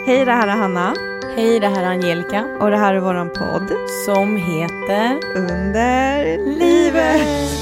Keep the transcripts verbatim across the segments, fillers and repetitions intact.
Hej, det här är Hanna. Hej, det här är Angelica. Och det här är våran podd. Som heter Under livet.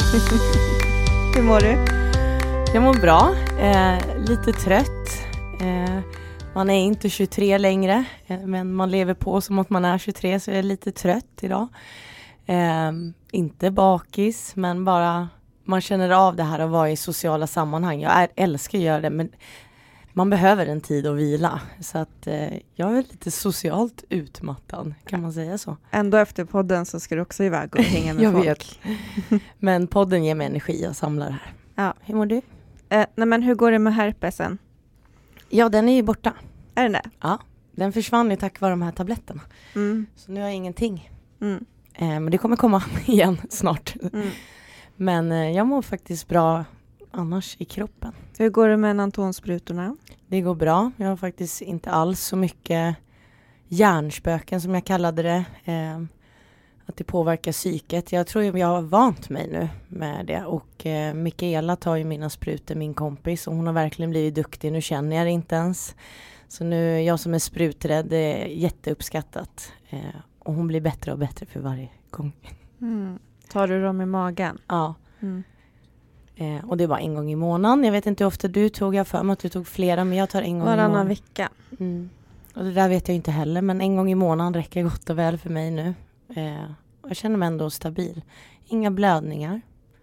Hur mår du? Jag mår bra. Eh, lite trött. Eh, man är inte tjugotre längre. Eh, men man lever på som att man är tjugotre. Så jag är lite trött idag. Eh, inte bakis. Men bara man känner av det här att vara i sociala sammanhang. Jag är, älskar att göra det. Men man behöver en tid att vila. Så att eh, jag är lite socialt utmattad. Kan man säga så? Ändå efter podden så ska du också iväg och hänga med jag folk. Vet. Men podden ger mig energi att samla det här. Ja. Hur mår du? Eh, nej men hur går det med herpesen? Ja, den är ju borta. Är den det? Ja, den försvann ju tack vare de här tabletterna. Mm. Så nu har jag ingenting. Mm. Eh, men det kommer komma igen snart. Mm. Men eh, jag mår faktiskt bra annars i kroppen. Hur går det med Nantonssprutorna? Det går bra. Jag har faktiskt inte alls så mycket hjärnspöken som jag kallade det. Eh, att det påverkar psyket. Jag tror jag har vant mig nu med det. Och eh, Mikaela tar ju mina sprutor, min kompis. Och hon har verkligen blivit duktig. Nu känner jag det inte ens. Så nu, jag som är spruträdd, det är jätteuppskattat. Eh, och hon blir bättre och bättre för varje gång. Mm. Tar du dem i magen? Ja. Mm. Eh, och det är bara en gång i månaden. Jag vet inte hur ofta du tog. Jag för mig att du tog flera. Men jag tar en gång Varannan i månaden. vecka. Mm. Och det där vet jag inte heller. Men en gång i månaden räcker gott och väl för mig nu. Eh, och jag känner mig ändå stabil. Inga blödningar.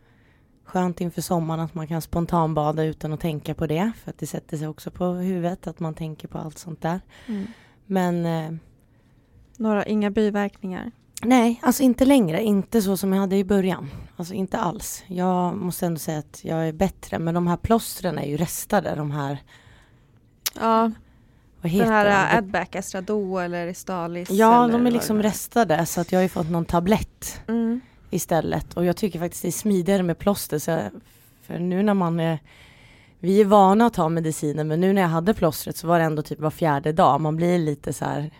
Skönt inför sommaren att man kan spontanbada utan att tänka på det. För att det sätter sig också på huvudet. Att man tänker på allt sånt där. Mm. Men... Eh, Några, inga biverkningar? nej, alltså inte längre. Inte så som jag hade i början. Alltså inte alls. Jag måste ändå säga att jag är bättre. Men de här plåstren är ju restade. De här... Ja, vad heter den här de? Adbac, Estrado eller Ristalis. Ja, eller de är vad liksom det restade. Så att jag har ju fått någon tablett Mm. istället. Och jag tycker faktiskt det är smidigare med plåster. Så jag, för nu när man är... Vi är vana att ta mediciner. Men nu när jag hade plåstret så var det ändå typ var fjärde dag. Man blir lite så här...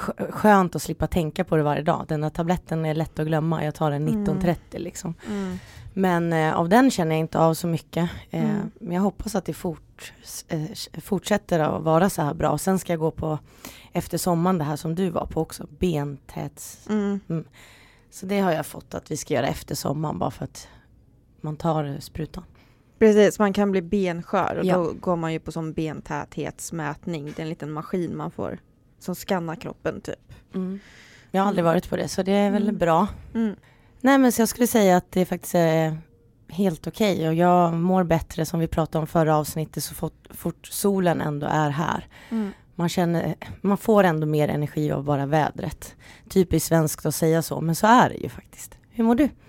skönt att slippa tänka på det varje dag. Den här tabletten är lätt att glömma. Jag tar den nitton trettio liksom. Mm. Men eh, av den känner jag inte av så mycket. Eh, Mm. Men jag hoppas att det fort, eh, fortsätter att vara så här bra. Sen ska jag gå på efter sommaren det här som du var på också. Bentäts. Mm. Mm. Så det har jag fått att vi ska göra efter sommaren. Bara för att man tar sprutan. Precis, man kan bli benskör. Och Ja. då går man ju på sån bentäthetsmätning. Det är en liten maskin man får. Som skannar kroppen typ. Mm. Jag har aldrig varit på det. Så det är väl Mm. bra. Mm. Nej, men så jag skulle säga att det faktiskt är helt okej. Okay. Och jag mår bättre som vi pratade om förra avsnittet så fort, fort solen ändå är här. Mm. Man känner, man får ändå mer energi av bara vädret. Typiskt svenskt att säga så, men så är det ju faktiskt. Hur mår du?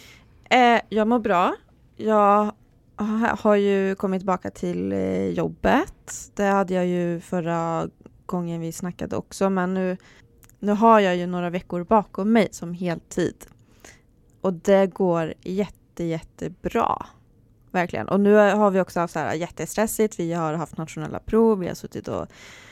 Eh, jag mår bra. Jag har ju kommit tillbaka till eh, jobbet. Det hade jag ju förra gången vi snackade också. Men nu, nu har jag ju några veckor bakom mig som heltid. Och det går jätte, jättebra. Verkligen. Och nu har vi också haft så här jättestressigt. Vi har haft nationella prov. Vi har suttit och,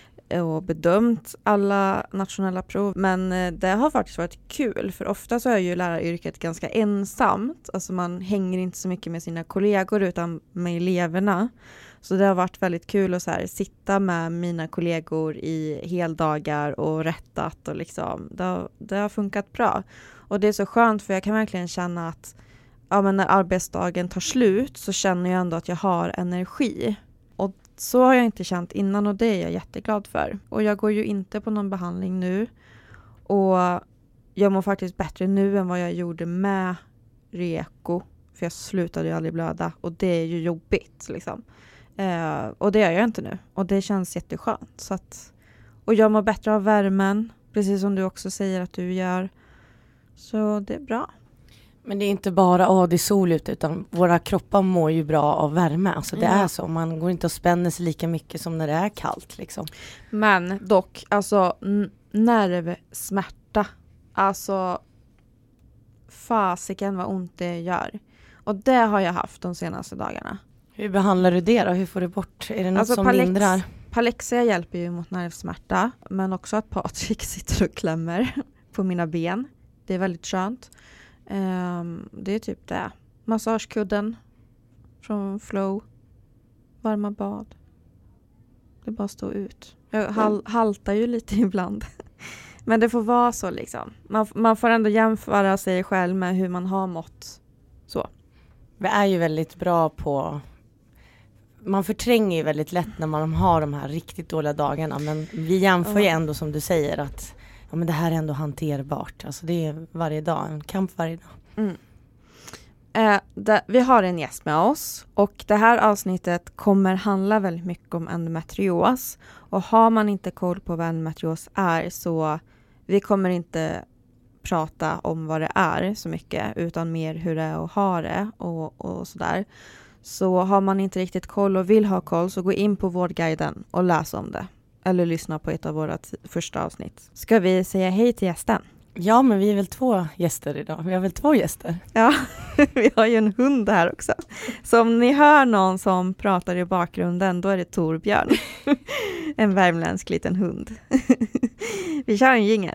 och bedömt alla nationella prov. Men eh, det har faktiskt varit kul. För ofta så är ju läraryrket ganska ensamt. Alltså man hänger inte så mycket med sina kollegor utan med eleverna. Så det har varit väldigt kul att så här, sitta med mina kollegor i heldagar och rättat. Och liksom, det, har, det har funkat bra. Och det är så skönt för jag kan verkligen känna att ja, men när arbetsdagen tar slut så känner jag ändå att jag har energi. Och så har jag inte känt innan och det är jag jätteglad för. Och jag går ju inte på någon behandling nu. Och jag mår faktiskt bättre nu än vad jag gjorde med Reko. För jag slutade ju aldrig blöda och det är ju jobbigt liksom. Eh, och det gör jag inte nu. Och det känns jätteskönt. Så att, och jag mår bättre av värmen. Precis som du också säger att du gör. Så det är bra. Men det är inte bara A D sol ute utan våra kroppar mår ju bra av värme. Alltså det Ja. är så. Man går inte och spänner sig lika mycket som när det är kallt liksom. Men dock, alltså n- nervsmärta. Alltså fasiken vad ont det gör. Och det har jag haft de senaste dagarna. Hur behandlar du det då? Hur får du bort? Är det något Alltså, som Palex- lindrar? Palexia hjälper ju mot nervsmärta. Men också att Patrik sitter och klämmer på mina ben. Det är väldigt skönt. Um, det är typ det. Massagekudden från Flow. Varma bad. Det bara står ut. Jag hal- haltar ju lite ibland. Men det får vara så liksom. Man, man får ändå jämföra sig själv med hur man har mått. Så. Vi är ju väldigt bra på... Man förtränger ju väldigt lätt när man har de här riktigt dåliga dagarna. Men vi jämför ju ändå som du säger att ja, men det här är ändå hanterbart. Alltså det är varje dag, en kamp varje dag. Mm. Eh, det, vi har en gäst med oss. Och det här avsnittet kommer handla väldigt mycket om endometrios. Och har man inte koll på vad endometrios är så vi kommer inte prata om vad det är så mycket. Utan mer hur det är att ha det och, och sådär. Så har man inte riktigt koll och vill ha koll så gå in på Vårdguiden och läs om det. Eller lyssna på ett av våra t- första avsnitt. Ska vi säga hej till gästen? Ja, men vi är väl två gäster idag. Vi har väl två gäster? Ja, vi har ju en hund här också. Så om ni hör någon som pratar i bakgrunden, då är det Torbjörn. En värmländsk liten hund. Vi kör en jingle.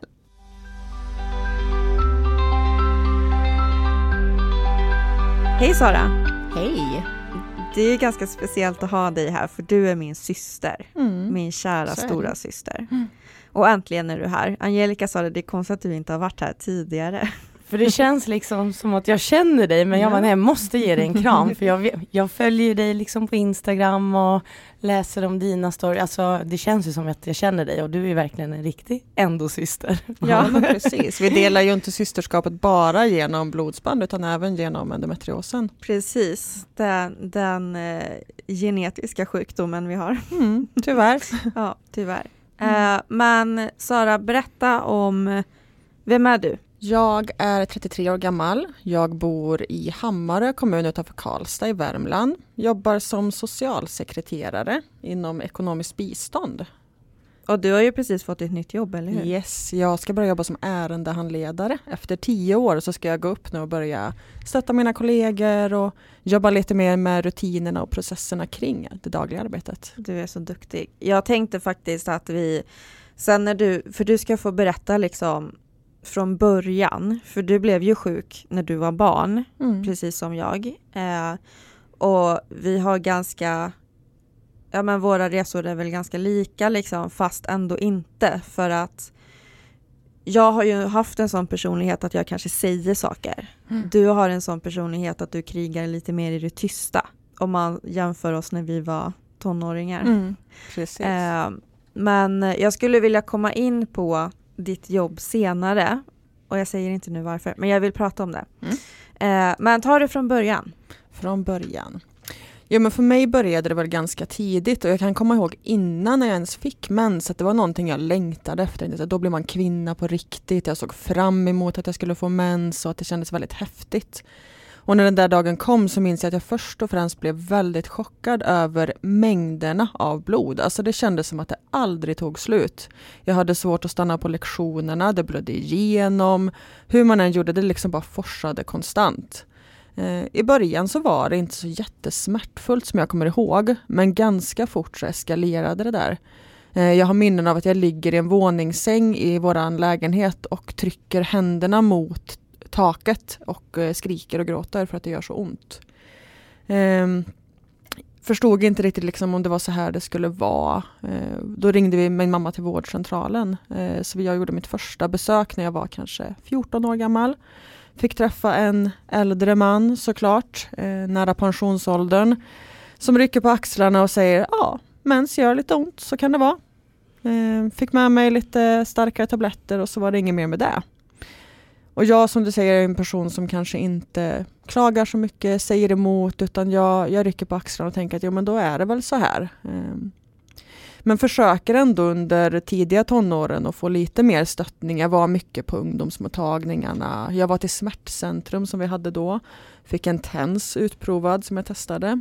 Hej Sara! Hej! Det är ganska speciellt att ha dig här för du är min syster. Mm. Min kära Så är stora det. syster. Mm. Och äntligen är du här. Angelica sa det, det är konstigt att du inte har varit här tidigare. För det känns liksom som att jag känner dig, men jag, bara, nej, jag måste ge dig en kram. För jag, jag följer dig liksom på Instagram och läser om dina stories. Alltså, det känns ju som att jag känner dig och du är verkligen en riktig endosyster. Ja, men precis. Vi delar ju inte systerskapet bara genom blodsband utan även genom endometriosen. Precis, den, den eh, genetiska sjukdomen vi har. Mm, tyvärr. Ja, tyvärr. Mm. Eh, men Sara, berätta om, vem är du? Jag är trettiotre år gammal. Jag bor i Hammarö kommun utanför Karlstad i Värmland. Jobbar som socialsekreterare inom ekonomiskt bistånd. Och du har ju precis fått ett nytt jobb, eller hur? Yes, jag ska börja jobba som ärendehandledare. Efter tio år så ska jag gå upp nu och börja stötta mina kollegor och jobba lite mer med rutinerna och processerna kring det dagliga arbetet. Du är så duktig. Jag tänkte faktiskt att vi, sen när du, för du ska få berätta liksom från början, för du blev ju sjuk när du var barn, mm. precis som jag. Eh, och vi har ganska, ja men våra resor är väl ganska lika liksom, fast ändå inte. För att jag har ju haft en sån personlighet att jag kanske säger saker. Mm. Du har en sån personlighet att du krigar lite mer i det tysta. Om man jämför oss när vi var tonåringar. Mm. Precis. Eh, men jag skulle vilja komma in på ditt jobb senare. Och jag säger inte nu varför, men jag vill prata om det. Mm. Eh, men ta det från början. Från början. Jo, men för mig började det väl ganska tidigt och jag kan komma ihåg innan jag ens fick mens att det var någonting jag längtade efter. Då blev man kvinna på riktigt. Jag såg fram emot att jag skulle få mens och att det kändes väldigt häftigt. Och när den där dagen kom så minns jag att jag först och främst blev väldigt chockad över mängderna av blod. Alltså det kändes som att det aldrig tog slut. Jag hade svårt att stanna på lektionerna, det blödde igenom. Hur man än gjorde, det liksom bara forsade konstant. Eh, I början så var det inte så jättesmärtfullt som jag kommer ihåg. Men ganska fort så eskalerade det där. Eh, jag har minnen av att jag ligger i en våningssäng i våran lägenhet och trycker händerna mot taket och eh, skriker och gråter för att det gör så ont. Eh, förstod inte riktigt liksom om det var så här det skulle vara. Eh, då ringde vi min mamma till vårdcentralen. Eh, så jag gjorde mitt första besök när jag var kanske fjorton år gammal. Fick träffa en äldre man såklart, eh, nära pensionsåldern. Som rycker på axlarna och säger, ja, mens gör lite ont, så kan det vara. Eh, fick med mig lite starkare tabletter och så var det inget mer med det. Och jag som du säger är en person som kanske inte klagar så mycket, säger emot, utan jag, jag rycker på axlarna och tänker att jo, men då är det väl så här. Um, men försöker ändå under tidiga tonåren att få lite mer stöttning. Jag var mycket på ungdomsmottagningarna. Jag var till smärtcentrum som vi hade då. Fick en TENS utprovad som jag testade.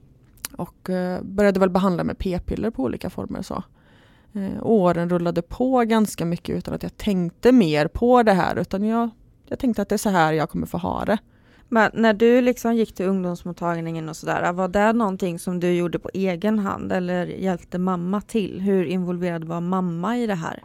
Och uh, började väl behandla med p-piller på olika former så. Uh, åren rullade på ganska mycket utan att jag tänkte mer på det här, utan jag Jag tänkte att det är så här jag kommer få ha det. Men när du liksom gick till ungdomsmottagningen och sådär, var det någonting som du gjorde på egen hand eller hjälpte mamma till? Hur involverad var mamma i det här?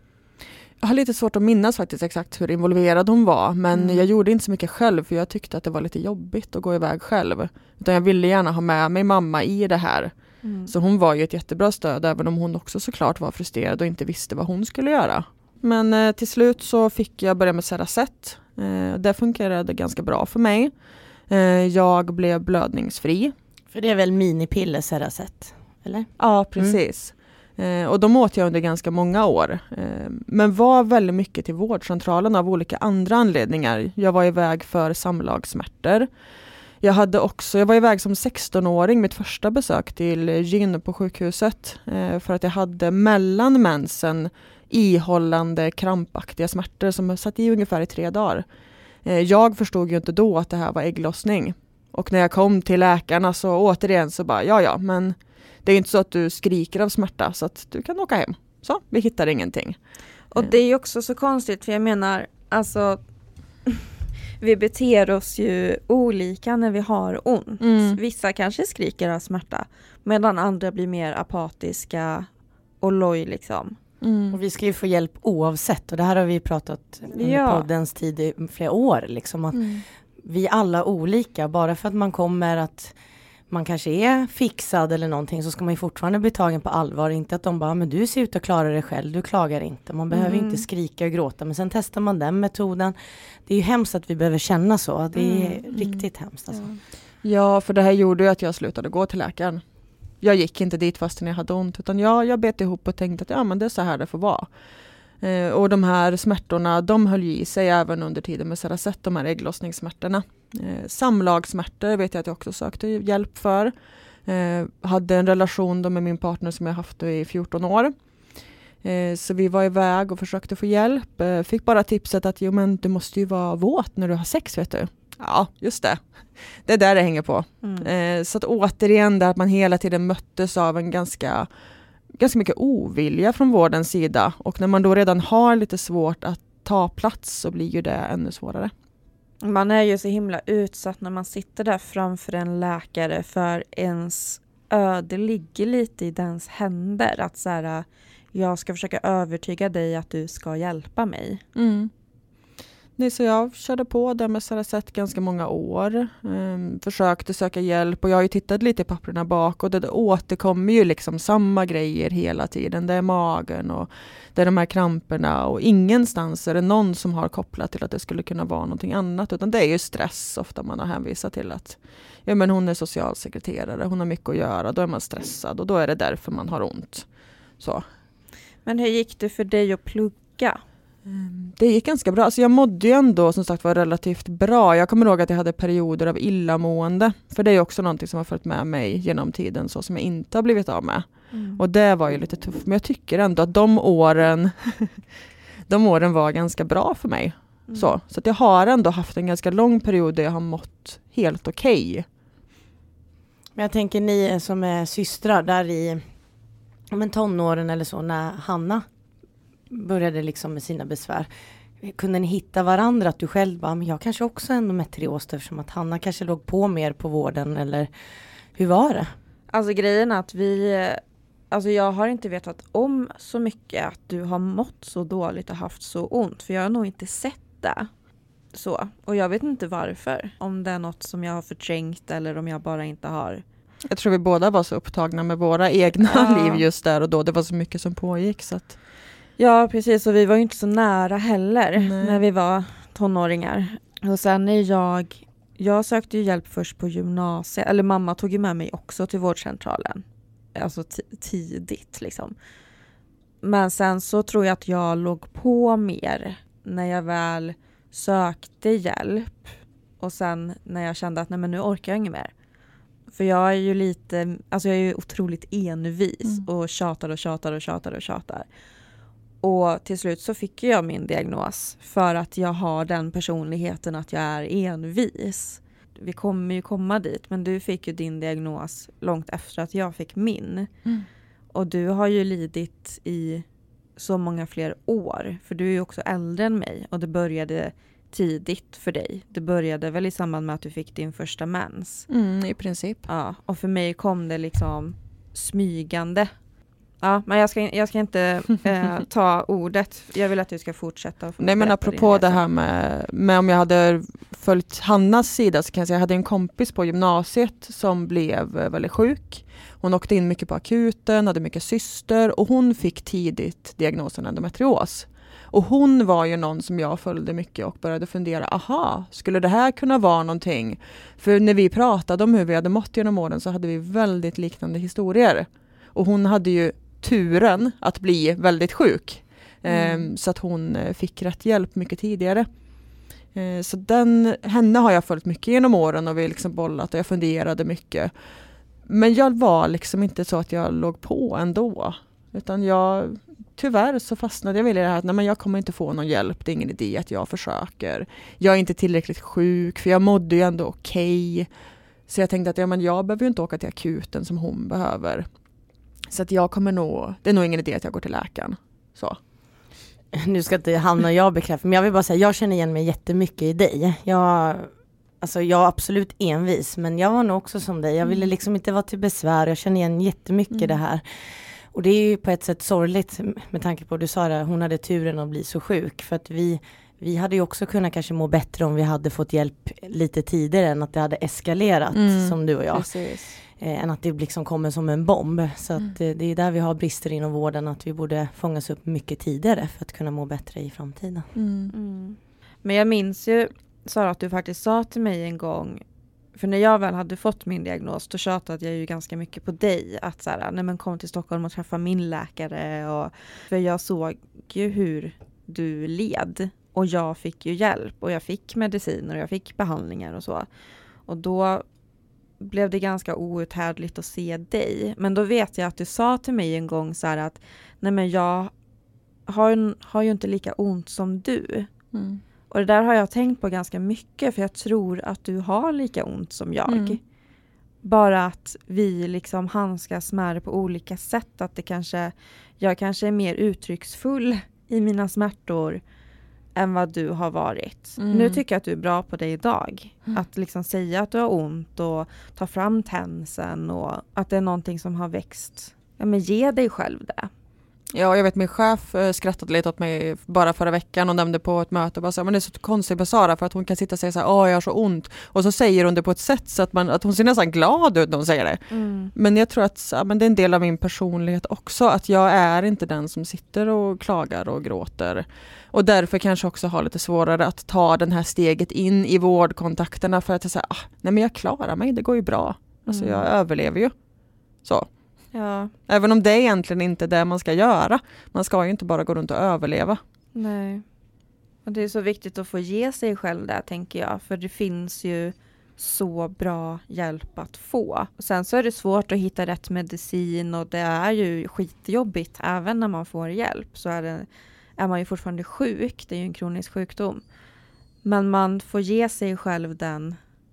Jag har lite svårt att minnas faktiskt exakt hur involverad hon var, men mm. jag gjorde inte så mycket själv för jag tyckte att det var lite jobbigt att gå iväg själv. Utan jag ville gärna ha med mig mamma i det här. Mm. Så hon var ju ett jättebra stöd, även om hon också såklart var frustrerad och inte visste vad hon skulle göra. Men eh, till slut så fick jag börja med Cerazette. Eh, det fungerade ganska bra för mig. Eh, jag blev blödningsfri. För det är väl minipiller Cerazette, eller? Ja, precis. Mm. Eh, och de åt jag under ganska många år. Eh, men var väldigt mycket till vårdcentralen av olika andra anledningar. Jag var iväg för samlagssmärtor. Jag hade också, jag var iväg som sextonåring, mitt första besök till gyn på sjukhuset. Eh, för att jag hade mellan mensen ihållande krampaktiga smärtor som satt i ungefär i tre dagar. Eh, jag förstod ju inte då att det här var ägglossning. Och när jag kom till läkarna så återigen så bara, ja ja, men det är inte så att du skriker av smärta så att du kan åka hem. Så, vi hittar ingenting. Och det är ju också så konstigt, för jag menar, alltså vi beter oss ju olika när vi har ont. Mm. Vissa kanske skriker av smärta, medan andra blir mer apatiska och loj liksom. Mm. Och vi ska ju få hjälp oavsett, och det här har vi pratat under Ja. poddens tid i flera år liksom, att Mm. vi är alla olika. Bara för att man kommer att man kanske är fixad eller någonting, så ska man ju fortfarande bli tagen på allvar. Inte att de bara, men du ser ut att klara det själv, du klagar inte. Man behöver Mm. inte skrika och gråta, men sen testar man den metoden. Det är ju hemskt att vi behöver känna så. Det är Mm. riktigt hemskt alltså. Ja, för det här gjorde ju att jag slutade gå till läkaren. Jag gick inte dit fastän jag hade ont, utan jag, jag bet ihop och tänkte att ja, men det är så här det får vara. Eh, och de här smärtorna, de höll ju i sig även under tiden med Cerazette, de här ägglossningssmärtorna. Eh, samlagssmärtor vet jag att jag också sökte hjälp för. Eh, hade en relation då med min partner som jag haft i fjorton år. Eh, så vi var iväg och försökte få hjälp. Eh, fick bara tipset att jo, men du måste ju vara våt när du har sex, vet du. Ja, just det. Det är där det hänger på. Mm. Eh, så att återigen där att man hela tiden möttes av en ganska, ganska mycket ovilja från vårdens sida. Och när man då redan har lite svårt att ta plats så blir ju det ännu svårare. Man är ju så himla utsatt när man sitter där framför en läkare, för ens öde ligger lite i dens händer. Att så här, jag ska försöka övertyga dig att du ska hjälpa mig. Mm. Nej, så jag körde på det med Cerazette ganska många år. Um, försökte söka hjälp och jag har ju tittat lite i papperna bak och det, det återkommer ju liksom samma grejer hela tiden. Det är magen och det är de här kramperna och ingenstans är det någon som har kopplat till att det skulle kunna vara någonting annat, utan det är ju stress ofta man har hänvisat till att ja, men hon är socialsekreterare, hon har mycket att göra, då är man stressad och då är det därför man har ont. Så. Men hur gick det för dig att plugga? Det gick ganska bra. Alltså jag mådde ju ändå som sagt var relativt bra. Jag kommer ihåg att jag hade perioder av illamående. För det är också någonting som har följt med mig genom tiden, så som jag inte har blivit av med. Mm. Och det var ju lite tufft. Men jag tycker ändå att de åren de åren var ganska bra för mig. Mm. Så, så att jag har ändå haft en ganska lång period där jag har mått helt okej. Okay. Men jag tänker ni som är systrar där i men tonåren eller så, när Hanna började liksom med sina besvär. Kunde ni hitta varandra, att du själv bara, men jag kanske också har endometrios, eftersom att Hanna kanske låg på mer på vården, eller hur var det? Alltså grejen är att vi, alltså jag har inte vetat om så mycket att du har mått så dåligt och haft så ont, för jag har nog inte sett det. Så, och jag vet inte varför. Om det är något som jag har förträngt eller om jag bara inte har. Jag tror vi båda var så upptagna med våra egna Ja. liv just där och då. Det var så mycket som pågick så att... Ja, precis. Och vi var ju inte så nära heller. Nej. När vi var tonåringar. Och sen när jag... Jag sökte ju hjälp först på gymnasiet. Eller mamma tog ju med mig också till vårdcentralen. Alltså t- tidigt liksom. Men sen så tror jag att jag låg på mer när jag väl sökte hjälp. Och sen när jag kände att nej, men nu orkar jag inget mer. För jag är ju lite... Alltså jag är ju otroligt envis. Mm. Och tjatar och tjatar och tjatar och tjatar. Och till slut så fick jag min diagnos för att jag har den personligheten att jag är envis. Vi kommer ju komma dit, men du fick ju din diagnos långt efter att jag fick min. Mm. Och du har ju lidit i så många fler år, för du är ju också äldre än mig och det började tidigt för dig. Det började väl i samband med att du fick din första mens. Mm, i princip. Ja, och för mig kom det liksom smygande. Ja, men jag ska, jag ska inte eh, ta ordet. Jag vill att du ska fortsätta. Nej, men apropå det här med, med om jag hade följt Hannas sida, så kan jag säga att jag hade en kompis på gymnasiet som blev väldigt sjuk. Hon åkte in mycket på akuten, hade mycket syster och hon fick tidigt diagnosen endometrios. Och hon var ju någon som jag följde mycket och började fundera, aha, skulle det här kunna vara någonting? För när vi pratade om hur vi hade mått genom åren så hade vi väldigt liknande historier. Och hon hade ju turen att bli väldigt sjuk. Mm. Eh, så att hon fick rätt hjälp mycket tidigare. Eh, så den, henne har jag följt mycket genom åren och vi liksom bollat och jag funderade mycket. Men jag var liksom inte så att jag låg på ändå. Utan jag, tyvärr så fastnade jag väl i det här att nej, men jag kommer inte få någon hjälp. Det är ingen idé att jag försöker. Jag är inte tillräckligt sjuk för jag mådde ju ändå okej. Okay. Så jag tänkte att ja, men jag behöver ju inte åka till akuten som hon behöver. Så att jag kommer nog, det är nog ingen idé att jag går till läkaren. Så. Nu ska inte Hanna och jag bekräfta, men jag vill bara säga, jag känner igen mig jättemycket i dig. Jag, alltså jag är absolut envis, men jag var nog också som dig. Jag ville liksom inte vara till besvär, jag känner igen jättemycket mm. det här. Och det är ju på ett sätt sorgligt med tanke på att du sa det, hon hade turen att bli så sjuk. För att vi, vi hade ju också kunnat kanske må bättre om vi hade fått hjälp lite tidigare än att det hade eskalerat mm. som du och jag. Precis. Eh, än att det liksom kommer som en bomb. Så att, mm. eh, det är där vi har brister inom vården, att vi borde fångas upp mycket tidigare för att kunna må bättre i framtiden. Mm. Mm. Men jag minns ju, Sara, att du faktiskt sa till mig en gång, för när jag väl hade fått min diagnos då tjatade jag ju ganska mycket på dig att så här, nej men kom till Stockholm och träffa min läkare. Och, för jag såg ju hur du led och jag fick ju hjälp och jag fick mediciner och jag fick behandlingar och så. Och då blev det ganska outhärdligt att se dig. Men då vet jag att du sa till mig en gång så här att nej men jag har, har ju inte lika ont som du. Mm. Och det där har jag tänkt på ganska mycket, för jag tror att du har lika ont som jag. Mm. Bara att vi liksom handskas med det på olika sätt. Att det kanske, jag kanske är mer uttrycksfull i mina smärtor än vad du har varit. Mm. Nu tycker jag att du är bra på det idag. Mm. Att liksom säga att du har ont och ta fram tensen och att det är någonting som har växt. Ja, men ge dig själv det. Ja, jag vet min chef skrattade lite åt mig bara förra veckan och nämnde på ett möte och bara så, men det är så konstigt med Sara för att hon kan sitta och säga så här, åh jag har så ont. Och så säger hon det på ett sätt så att, man, att hon ser nästan glad ut när hon säger det. Mm. Men jag tror att ja, men det är en del av min personlighet också, att jag är inte den som sitter och klagar och gråter. Och därför kanske också har lite svårare att ta den här steget in i vårdkontakterna för att jag säger, ah, nej men jag klarar mig, det går ju bra. Alltså mm. jag överlever ju. Så. Ja. Även om det egentligen inte är det man ska göra. Man ska ju inte bara gå runt och överleva. Nej. Och det är så viktigt att få ge sig själv där, tänker jag. För det finns ju så bra hjälp att få. Och sen så är det svårt att hitta rätt medicin och det är ju skitjobbigt. Även när man får hjälp så är, det, är man ju fortfarande sjuk. Det är ju en kronisk sjukdom. Men man får ge sig själv den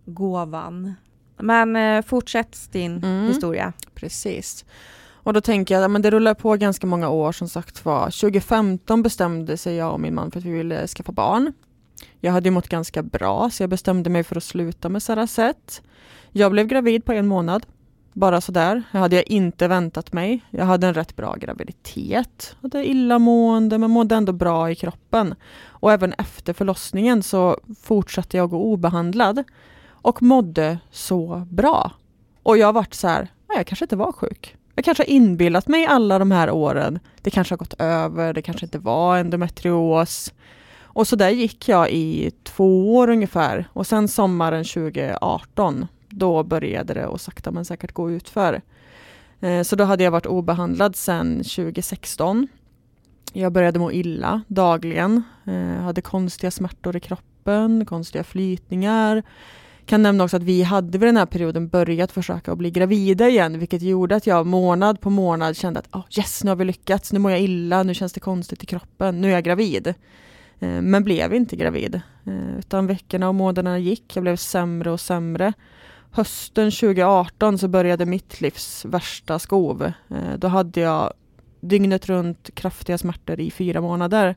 gåvan. Men eh, fortsätt din mm. historia. Precis. Och då tänker jag, men det rullar på ganska många år som sagt var. tjugo femton bestämde sig jag och min man för att vi ville skaffa barn. Jag hade ju mått ganska bra så jag bestämde mig för att sluta med Saracet. Jag blev gravid på en månad. Bara sådär. Jag hade jag inte väntat mig. Jag hade en rätt bra graviditet. Jag hade illamående men mådde ändå bra i kroppen. Och även efter förlossningen så fortsatte jag gå obehandlad. Och mådde så bra. Och jag har varit så här, nej, jag kanske inte var sjuk. Jag kanske har inbillat mig alla de här åren. Det kanske har gått över, det kanske inte var endometrios. Och så där gick jag i två år ungefär. Och sen sommaren tjugo arton, då började det och sakta men säkert gå ut för. Eh, så då hade jag varit obehandlad sedan tjugo sexton. Jag började må illa dagligen. Eh, hade konstiga smärtor i kroppen, konstiga flytningar. Kan nämna också att vi hade vid den här perioden börjat försöka att bli gravida igen, vilket gjorde att jag månad på månad kände att oh, yes, nu har vi lyckats, nu mår jag illa, nu känns det konstigt i kroppen, nu är jag gravid. Eh, men blev inte gravid. Eh, utan veckorna och månaderna gick, jag blev sämre och sämre. Hösten tjugo arton så började mitt livs värsta skov. Eh, då hade jag dygnet runt kraftiga smärtor i fyra månader.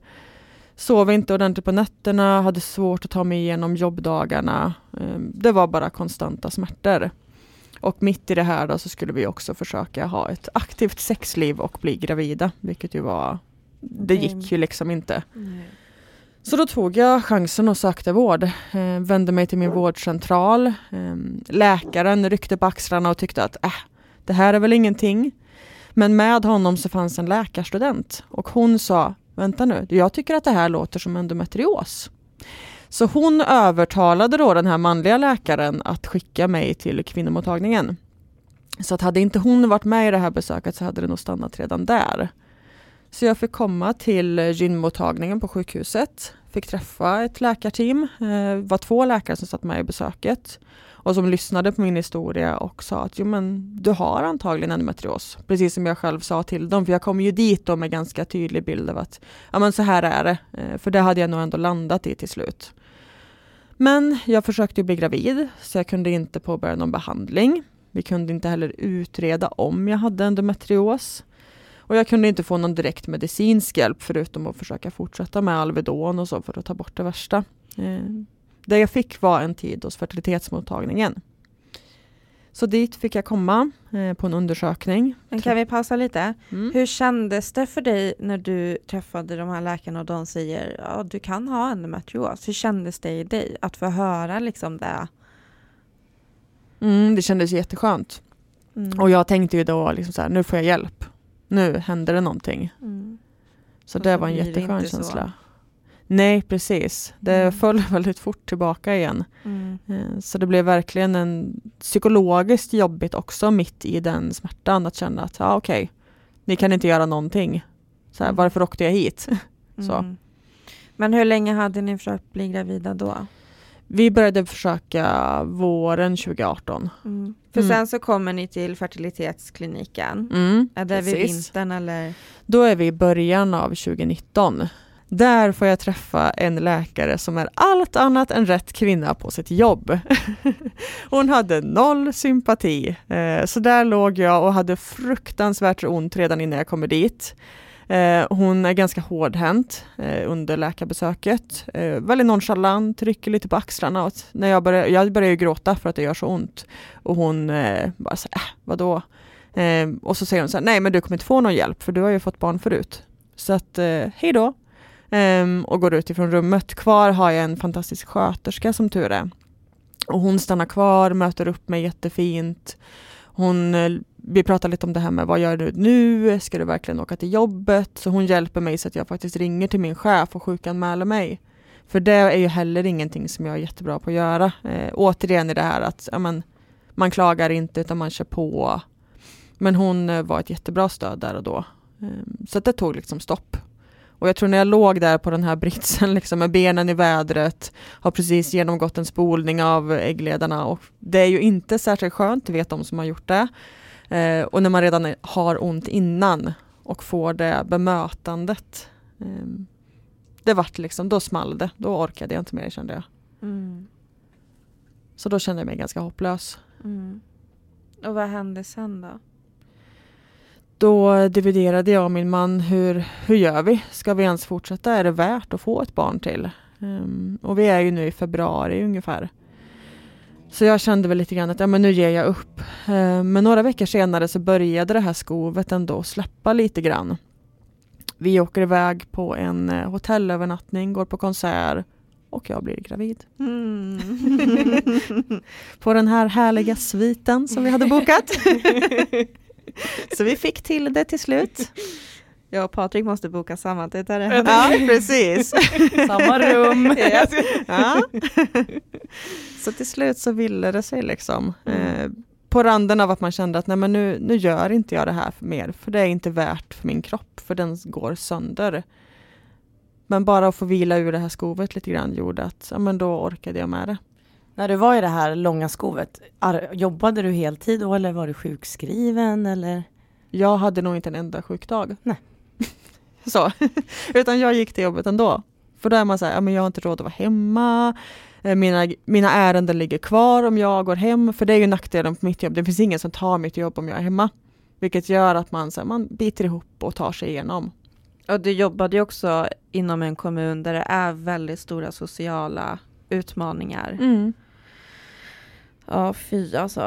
Sov inte ordentligt på nätterna, hade svårt att ta mig igenom jobbdagarna. Det var bara konstanta smärtor. Och mitt i det här då så skulle vi också försöka ha ett aktivt sexliv och bli gravida. Vilket ju var, det gick ju liksom inte. Mm. Så då tog jag chansen och sökte vård. Eh, vände mig till min vårdcentral. Eh, läkaren ryckte på axlarna och tyckte att äh, det här är väl ingenting. Men med honom så fanns en läkarstudent. Och hon sa, vänta nu, jag tycker att det här låter som endometrios. Så hon övertalade då den här manliga läkaren att skicka mig till kvinnomottagningen. Så att hade inte hon varit med i det här besöket så hade det nog stannat redan där. Så jag fick komma till gynmottagningen på sjukhuset. Fick träffa ett läkarteam. Det var två läkare som satt med i besöket. Och som lyssnade på min historia och sa att jo, men du har antagligen endometrios. Precis som jag själv sa till dem. För jag kom ju dit då med ganska tydlig bild av att ja, men så här är det. För det hade jag nog ändå landat i till slut. Men jag försökte bli gravid. Så jag kunde inte påbörja någon behandling. Vi kunde inte heller utreda om jag hade endometrios. Och jag kunde inte få någon direkt medicinsk hjälp förutom att försöka fortsätta med Alvedon och så för att ta bort det värsta. Eh, det jag fick var en tid hos fertilitetsmottagningen. Så dit fick jag komma eh, på en undersökning. Men kan vi pausa lite? Mm. Hur kändes det för dig när du träffade de här läkarna och de säger ja, du kan ha endometrios? Hur kändes det i dig att få höra liksom det? Mm, det kändes jätteskönt. Mm. Och jag tänkte ju då liksom så här, nu får jag hjälp. Nu händer det någonting. Mm. Så Och det så var en blir det jätteskön inte så. känsla. Nej, precis. Det Mm. föll väldigt fort tillbaka igen. Mm. Eh, Så det blev verkligen en psykologiskt jobbigt också mitt i den smärtan att känna att ja okej, ni kan inte göra någonting. Så här, Mm. varför åkte jag hit? Så. Mm. Men hur länge hade ni försökt bli gravida då? Vi började försöka våren tjugo arton. Mm. För Mm. sen så kommer ni till fertilitetskliniken. Mm, Är det vid precis. vintern eller? Då är vi i början av tjugo nitton. Där får jag träffa en läkare som är allt annat än rätt kvinna på sitt jobb. Hon hade noll sympati. Eh, så där låg jag och hade fruktansvärt ont redan innan jag kommer dit. Eh, hon är ganska hårdhänt eh, under läkarbesöket. Eh, väldigt nonchalant, trycker lite på axlarna. Och när jag, börjar, jag börjar ju gråta för att det gör så ont. Och hon eh, bara så äh, vadå? Eh, och så säger hon så här, nej men du kommer inte få någon hjälp för du har ju fått barn förut. Så att, eh, hej då. Um, och går ut ifrån rummet. Kvar har jag en fantastisk sköterska som tur är. Och hon stannar kvar, möter upp mig jättefint. Hon, vi pratar lite om det här med vad gör du nu? Ska du verkligen åka till jobbet? Så hon hjälper mig så att jag faktiskt ringer till min chef och sjukanmäler mig. För det är ju heller ingenting som jag är jättebra på att göra. Eh, återigen i det här att ja, men, man klagar inte utan man kör på. Men hon eh, var ett jättebra stöd där och då. Eh, så att det tog liksom stopp. Och jag tror när jag låg där på den här britsen liksom med benen i vädret, har precis genomgått en spolning av äggledarna och det är ju inte särskilt skönt, det vet de som har gjort det. Eh, och när man redan har ont innan och får det bemötandet, eh, det vart liksom, då small det, då orkade jag inte mer kände jag. Mm. Så då kände jag mig ganska hopplös. Mm. Och vad hände sen då? Då dividerade jag och min man, hur, hur gör vi? Ska vi ens fortsätta? Är det värt att få ett barn till? Um, och vi är ju nu i februari ungefär. Så jag kände väl lite grann att ja, men nu ger jag upp. Uh, men några veckor senare så började det här skovet ändå släppa lite grann. Vi åker iväg på en uh, hotellövernattning, går på konsert och jag blir gravid. Mm. På den här härliga sviten som vi hade bokat. Så vi fick till det till slut. Jag och Patrik måste boka sammanträde. Ja, precis. Samma rum. Ja. Så till slut så ville det sig liksom. Mm. Eh, på randen av att man kände att nej, men nu, nu gör inte jag det här för mer. För det är inte värt för min kropp. För den går sönder. Men bara att få vila ur det här skovet lite grann gjorde att ja, men då orkade jag med det. När du var i det här långa skovet, ar- jobbade du heltid då eller var du sjukskriven eller? Jag hade nog inte en enda sjukdag. Nej. Så. Utan jag gick till jobbet ändå. För då är man så här, ja, men jag har inte råd att vara hemma. Mina, mina ärenden ligger kvar om jag går hem. För det är ju nackdelen på mitt jobb. Det finns ingen som tar mitt jobb om jag är hemma. Vilket gör att man, så här, man biter ihop och tar sig igenom. Och du jobbade ju också inom en kommun där det är väldigt stora sociala utmaningar. Mm. Ja, fy alltså.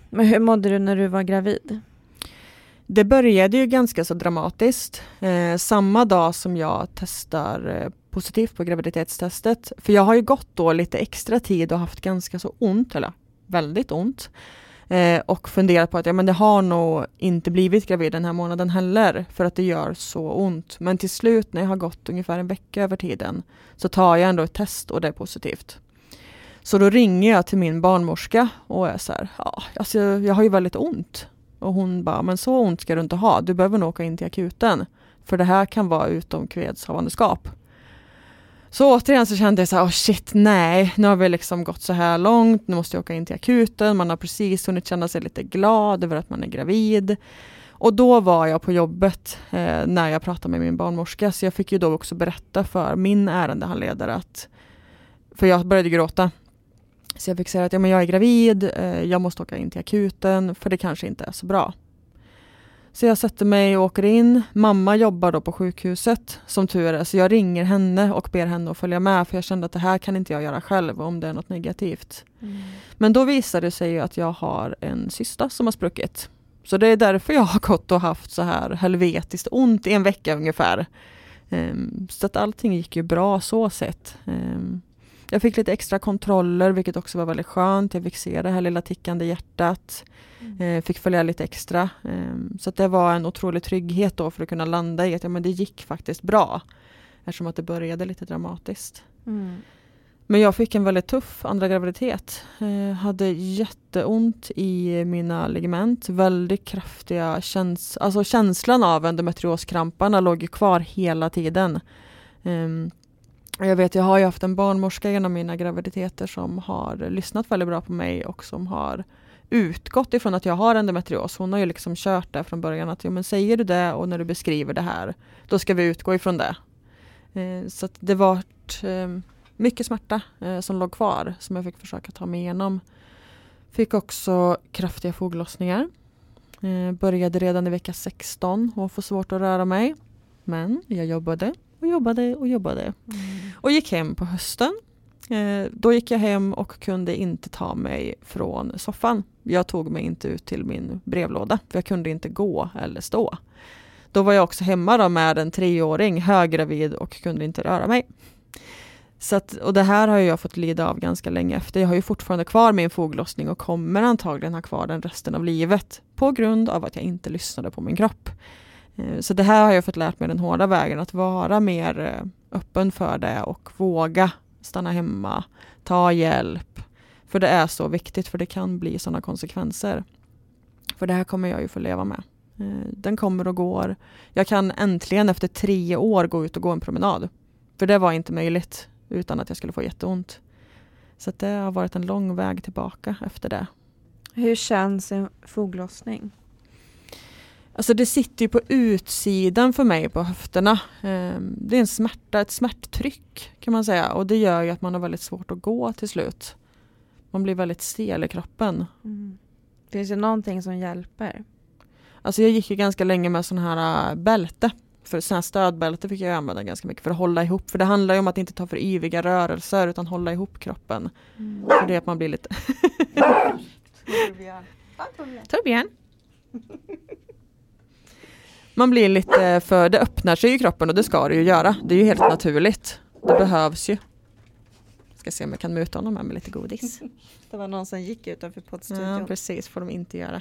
Men hur mådde du när du var gravid? Det började ju ganska så dramatiskt. Eh, samma dag som jag testar eh, positivt på graviditetstestet. För jag har ju gått då lite extra tid och haft ganska så ont, eller väldigt ont. Eh, och funderat på att ja, men det har nog inte blivit gravid den här månaden heller. För att det gör så ont. Men till slut när jag har gått ungefär en vecka över tiden så tar jag ändå ett test och det är positivt. Så då ringer jag till min barnmorska och är så här, ja, alltså jag har ju väldigt ont. Och hon bara, men så ont ska du inte ha. Du behöver nog åka in till akuten. För det här kan vara utomkvedshavandeskap. Så återigen så kände jag så här, oh shit, nej. Nu har vi liksom gått så här långt. Nu måste jag åka in till akuten. Man har precis hunnit känna sig lite glad över att man är gravid. Och då var jag på jobbet eh, när jag pratade med min barnmorska. Så jag fick ju då också berätta för min ärendehandledare att, för jag började gråta. Så jag fick säga att ja, men jag är gravid, eh, jag måste åka in till akuten för det kanske inte är så bra. Så jag sätter mig och åker in. Mamma jobbar då på sjukhuset som tur är. Så jag ringer henne och ber henne att följa med för jag kände att det här kan inte jag göra själv om det är något negativt. Mm. Men då visade det sig att jag har en cysta som har spruckit. Så det är därför jag har gått och haft så här helvetiskt ont i en vecka ungefär. Um, så att allting gick ju bra så sett. Um, Jag fick lite extra kontroller vilket också var väldigt skönt. Jag fick se det här lilla tickande hjärtat. Mm. Eh, fick följa lite extra. Eh, så att det var en otrolig trygghet då för att kunna landa i att ja, men det gick faktiskt bra. Eftersom att det började lite dramatiskt. Mm. Men jag fick en väldigt tuff andra graviditet. Eh, hade jätteont i mina ligament. Väldigt kraftiga käns- alltså känslan av endometrioskramparna låg ju kvar hela tiden. Eh, Jag vet, jag har ju haft en barnmorska genom mina graviditeter som har lyssnat väldigt bra på mig och som har utgått ifrån att jag har endometrios. Hon har ju liksom kört det från början att ja, men säger du det och när du beskriver det här, då ska vi utgå ifrån det. Eh, så att det var eh, mycket smärta eh, som låg kvar som jag fick försöka ta mig igenom. Fick också kraftiga foglossningar. Eh, började redan i vecka sexton och få svårt att röra mig. Men jag jobbade. Och jobbade och jobbade. Mm. Och gick hem på hösten. Eh, då gick jag hem och kunde inte ta mig från soffan. Jag tog mig inte ut till min brevlåda. För jag kunde inte gå eller stå. Då var jag också hemma då med en treåring, höggravid och kunde inte röra mig. Så att, och det här har jag fått lida av ganska länge efter. Jag har ju fortfarande kvar min foglossning och kommer antagligen ha kvar den resten av livet. På grund av att jag inte lyssnade på min kropp. Så det här har jag fått lärt mig den hårda vägen. Att vara mer öppen för det och våga stanna hemma. Ta hjälp. För det är så viktigt för det kan bli sådana konsekvenser. För det här kommer jag ju få leva med. Den kommer och går. Jag kan äntligen efter tre år gå ut och gå en promenad. För det var inte möjligt utan att jag skulle få jätteont. Så att det har varit en lång väg tillbaka efter det. Hur känns en foglossning? Alltså det sitter ju på utsidan för mig på höfterna. Det är en smärta, ett smärttryck kan man säga. Och det gör ju att man har väldigt svårt att gå till slut. Man blir väldigt stel i kroppen. Mm. Finns det någonting som hjälper? Alltså jag gick ju ganska länge med sån här bälte. För sån här stödbälte fick jag använda ganska mycket för att hålla ihop. För det handlar ju om att inte ta för yviga rörelser utan hålla ihop kroppen. Mm. För det är att man blir lite... Torbjörn. Torbjörn. Man blir lite för, det öppnar sig i kroppen och det ska det ju göra. Det är ju helt naturligt. Det behövs ju. Ska se om jag kan muta honom här med lite godis. Det var någon som gick utanför poddstudion. Ja, precis. Får de inte göra.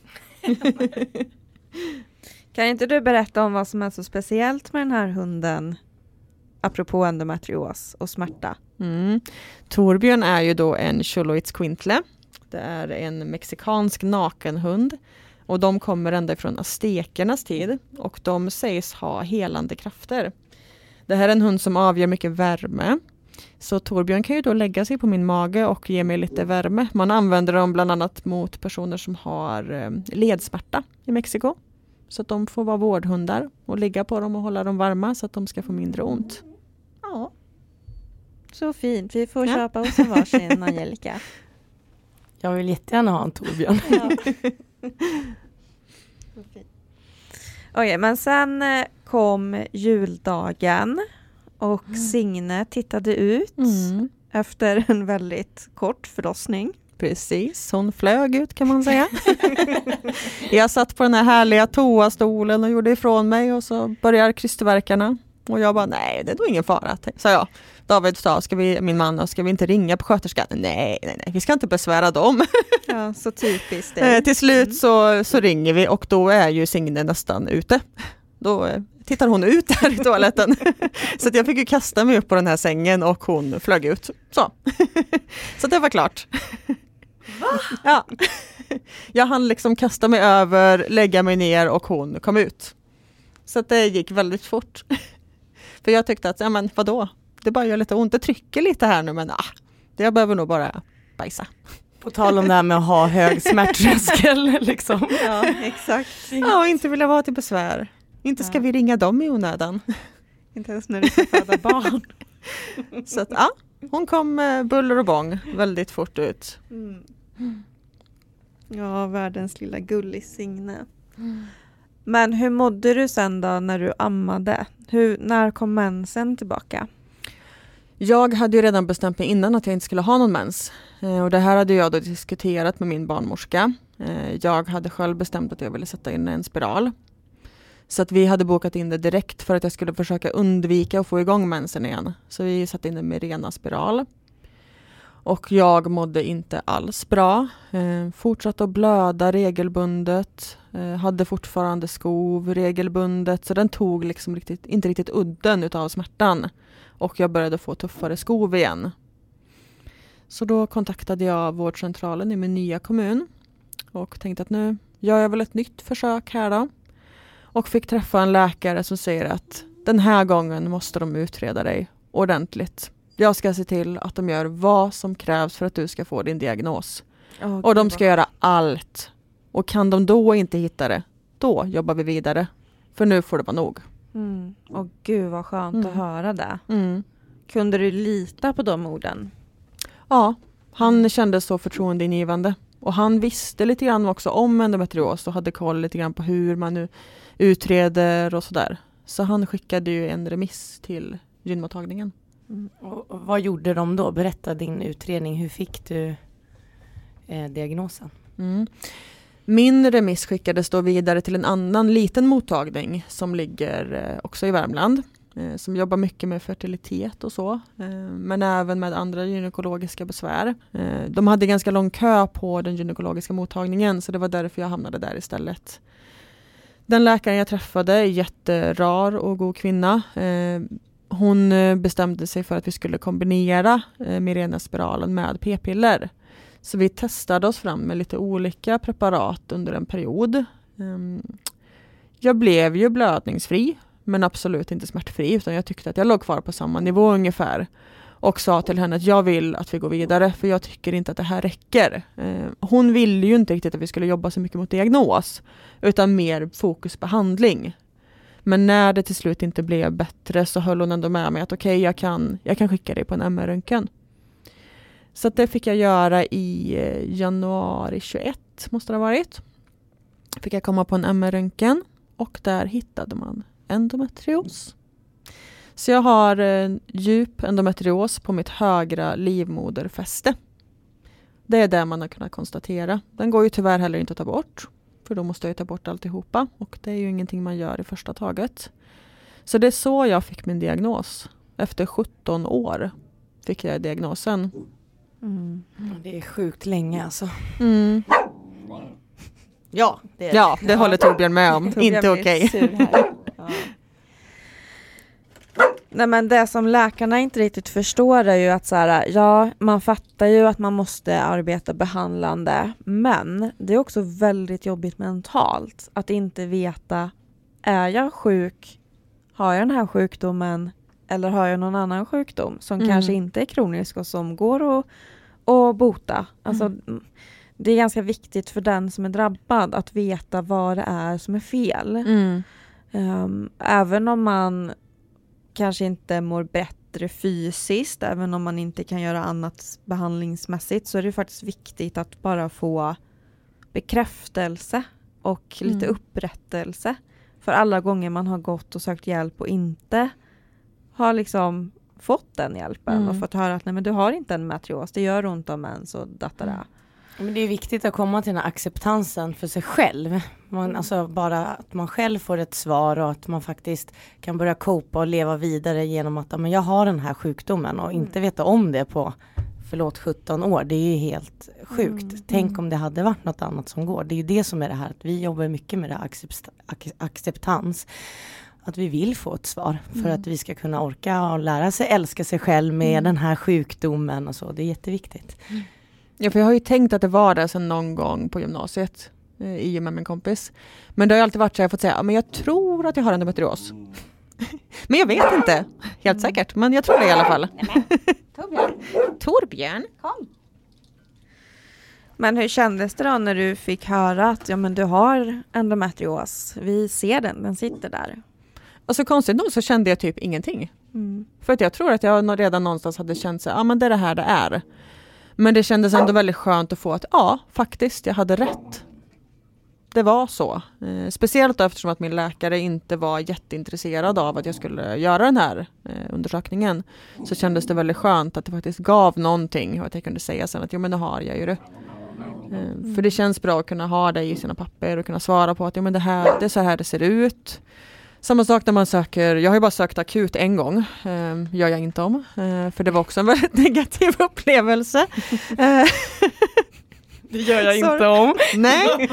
Kan inte du berätta om vad som är så speciellt med den här hunden? Apropå endometrios och smärta. Mm. Torbjörn är ju då en Xoloitz's Quintle. Det är en mexikansk nakenhund. Och de kommer ända från aztekernas tid. Och de sägs ha helande krafter. Det här är en hund som avger mycket värme. Så Torbjörn kan ju då lägga sig på min mage och ge mig lite värme. Man använder dem bland annat mot personer som har ledsmärta i Mexiko. Så att de får vara vårdhundar och ligga på dem och hålla dem varma så att de ska få mindre ont. Ja, så fint. Vi får ja. köpa oss en varsin, Angelica. Jag vill jättegärna ha en Torbjörn. Ja. Okej, okay, men sen kom juldagen och mm. Signe tittade ut mm. efter en väldigt kort förlossning. Precis, hon flög ut kan man säga. Jag satt på den här härliga toastolen och gjorde ifrån mig och så börjar krysterverkarna. Och jag bara, nej det är nog ingen fara, sa jag. David sa, ska vi, min man, ska vi inte ringa på sköterskan? Nej, nej, nej, vi ska inte besvära dem. Ja, så typiskt det. Till slut så, så ringer vi och då är ju Signe nästan ute. Då tittar hon ut där i toaletten. Så att jag fick ju kasta mig upp på den här sängen och hon flög ut. Så, så det var klart. Va? Ja. Jag hann liksom kasta mig över, lägga mig ner och hon kom ut. Så att det gick väldigt fort. För jag tyckte att, ja men vadå? Det bara gör lite ont, det trycker lite här nu men ah, jag behöver nog bara bajsa. På tal om det här med att ha hög smärttröskel liksom. Ja, exakt. Ja, och inte vilja vara till besvär. Inte ska ja. vi ringa dem i onödan. Inte ens när du ska föda barn. Så att ja, hon kom med buller och bång väldigt fort ut. Mm. Ja, världens lilla gullig Signe. Mm. Men hur mådde du sen då när du ammade? Hur, när kom mensen tillbaka? Jag hade ju redan bestämt mig innan att jag inte skulle ha någon mens. Och det här hade jag då diskuterat med min barnmorska. Jag hade själv bestämt att jag ville sätta in en spiral. Så att vi hade bokat in det direkt för att jag skulle försöka undvika att få igång mensen igen. Så vi satte in en Mirena spiral. Och jag mådde inte alls bra. Eh, fortsatte att blöda regelbundet. Eh, hade fortfarande skov regelbundet. Så den tog liksom riktigt, inte riktigt udden utav smärtan. Och jag började få tuffare skov igen. Så då kontaktade jag vårdcentralen i min nya kommun. Och tänkte att nu gör jag väl ett nytt försök här då. Och fick träffa en läkare som säger att den här gången måste de utreda dig ordentligt. Jag ska se till att de gör vad som krävs för att du ska få din diagnos. Oh, och de ska göra allt. Och kan de då inte hitta det, då jobbar vi vidare. För nu får det vara nog. Mm. Och gud vad skönt mm. att höra det. Mm. Kunde du lita på de orden? Ja, han kände så förtroendeingivande. Och han visste lite grann också om endometrios och hade koll lite grann på hur man nu utreder och sådär. Så han skickade ju en remiss till gynmottagningen. Mm. Och, och vad gjorde de då? Berätta din utredning. Hur fick du eh, diagnosen? Mm. Min remiss skickades då vidare till en annan liten mottagning som ligger eh, också i Värmland. Eh, som jobbar mycket med fertilitet och så. Eh, men även med andra gynekologiska besvär. Eh, de hade ganska lång kö på den gynekologiska mottagningen så det var därför jag hamnade där istället. Den läkaren jag träffade är jätterar och god kvinna. Eh, hon bestämde sig för att vi skulle kombinera eh, Mirena-spiralen med p-piller. Så vi testade oss fram med lite olika preparat under en period. Um, jag blev ju blödningsfri men absolut inte smärtfri utan jag tyckte att jag låg kvar på samma nivå ungefär. Och sa till henne att jag vill att vi går vidare för jag tycker inte att det här räcker. Uh, hon ville ju inte riktigt att vi skulle jobba så mycket mot diagnos utan mer fokus på behandling. Men när det till slut inte blev bättre så höll hon ändå med mig att okej, okay, jag, kan, jag kan skicka dig på en M R-röntgen. Så att det fick jag göra i januari tjugoett måste det ha varit. Fick jag komma på en M R-röntgen och där hittade man endometrios. Så jag har eh, djup endometrios på mitt högra livmoderfäste. Det är det man har kunnat konstatera. Den går ju tyvärr heller inte att ta bort. För då måste jag ta bort alltihopa. Och det är ju ingenting man gör i första taget. Så det är så jag fick min diagnos. Efter sjutton år fick jag diagnosen. Mm. Det är sjukt länge alltså. Mm. Ja, det, är ja, det håller Torbjörn med om. Torbjörn inte okej. Okay. Ja. Nej, men det som läkarna inte riktigt förstår är ju att så här, ja, man fattar ju att man måste arbeta behandlande, men det är också väldigt jobbigt mentalt att inte veta, är jag sjuk, har jag den här sjukdomen eller har jag någon annan sjukdom som mm. kanske inte är kronisk och som går att, att bota. Alltså, mm. det är ganska viktigt för den som är drabbad att veta vad det är som är fel. Mm. Um, även om man kanske inte mår bättre fysiskt, även om man inte kan göra annat behandlingsmässigt, så är det faktiskt viktigt att bara få bekräftelse och lite mm. upprättelse för alla gånger man har gått och sökt hjälp och inte har liksom fått den hjälpen mm. och fått höra att nej, men du har inte en endometrios, det gör ont om mens och datara. Mm. Men det är viktigt att komma till den här acceptansen för sig själv. Man, alltså bara att man själv får ett svar och att man faktiskt kan börja copa och leva vidare genom att men jag har den här sjukdomen och inte veta om det på förlåt sjutton år. Det är ju helt sjukt. Mm. Tänk om det hade varit något annat som går. Det är ju det som är det här. Att vi jobbar mycket med det här accept- acceptans. Att vi vill få ett svar för mm. att vi ska kunna orka och lära sig älska sig själv med mm. den här sjukdomen och så. Det är jätteviktigt. Mm. Ja, för jag har ju tänkt att det var det sedan någon gång på gymnasiet eh, i och med min kompis. Men det har ju alltid varit så att jag fått säga, men jag tror att jag har endometrios. Mm. Men jag vet inte, helt säkert. Men jag tror det i alla fall. Torbjörn. Torbjörn, kom. Men hur kändes det då när du fick höra att ja, men du har endometrios? Vi ser den, den sitter där. Alltså konstigt nog så kände jag typ ingenting. Mm. För att jag tror att jag redan någonstans hade känt sig, ja men det är det här det är. Men det kändes ändå väldigt skönt att få att ja, faktiskt, jag hade rätt. Det var så. Eh, speciellt då eftersom att min läkare inte var jätteintresserad av att jag skulle göra den här eh, undersökningen. Så kändes det väldigt skönt att det faktiskt gav någonting och att jag kunde säga sen att jo men det har jag ju det. Eh, för det känns bra att kunna ha det i sina papper och kunna svara på att jo men det, här, det är så här det ser ut. Samma sak när man söker, jag har ju bara sökt akut en gång, eh, gör jag inte om. Eh, för det var också en väldigt negativ upplevelse. Eh, Det gör jag Sorry. inte om. Nej.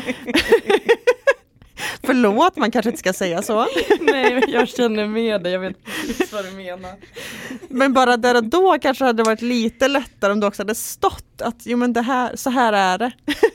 Förlåt, man kanske inte ska säga så. Nej, jag känner med dig. Jag vet precis vad du menar. Men bara där och då kanske hade det varit lite lättare om du också hade stått att jo men det här, så här är det.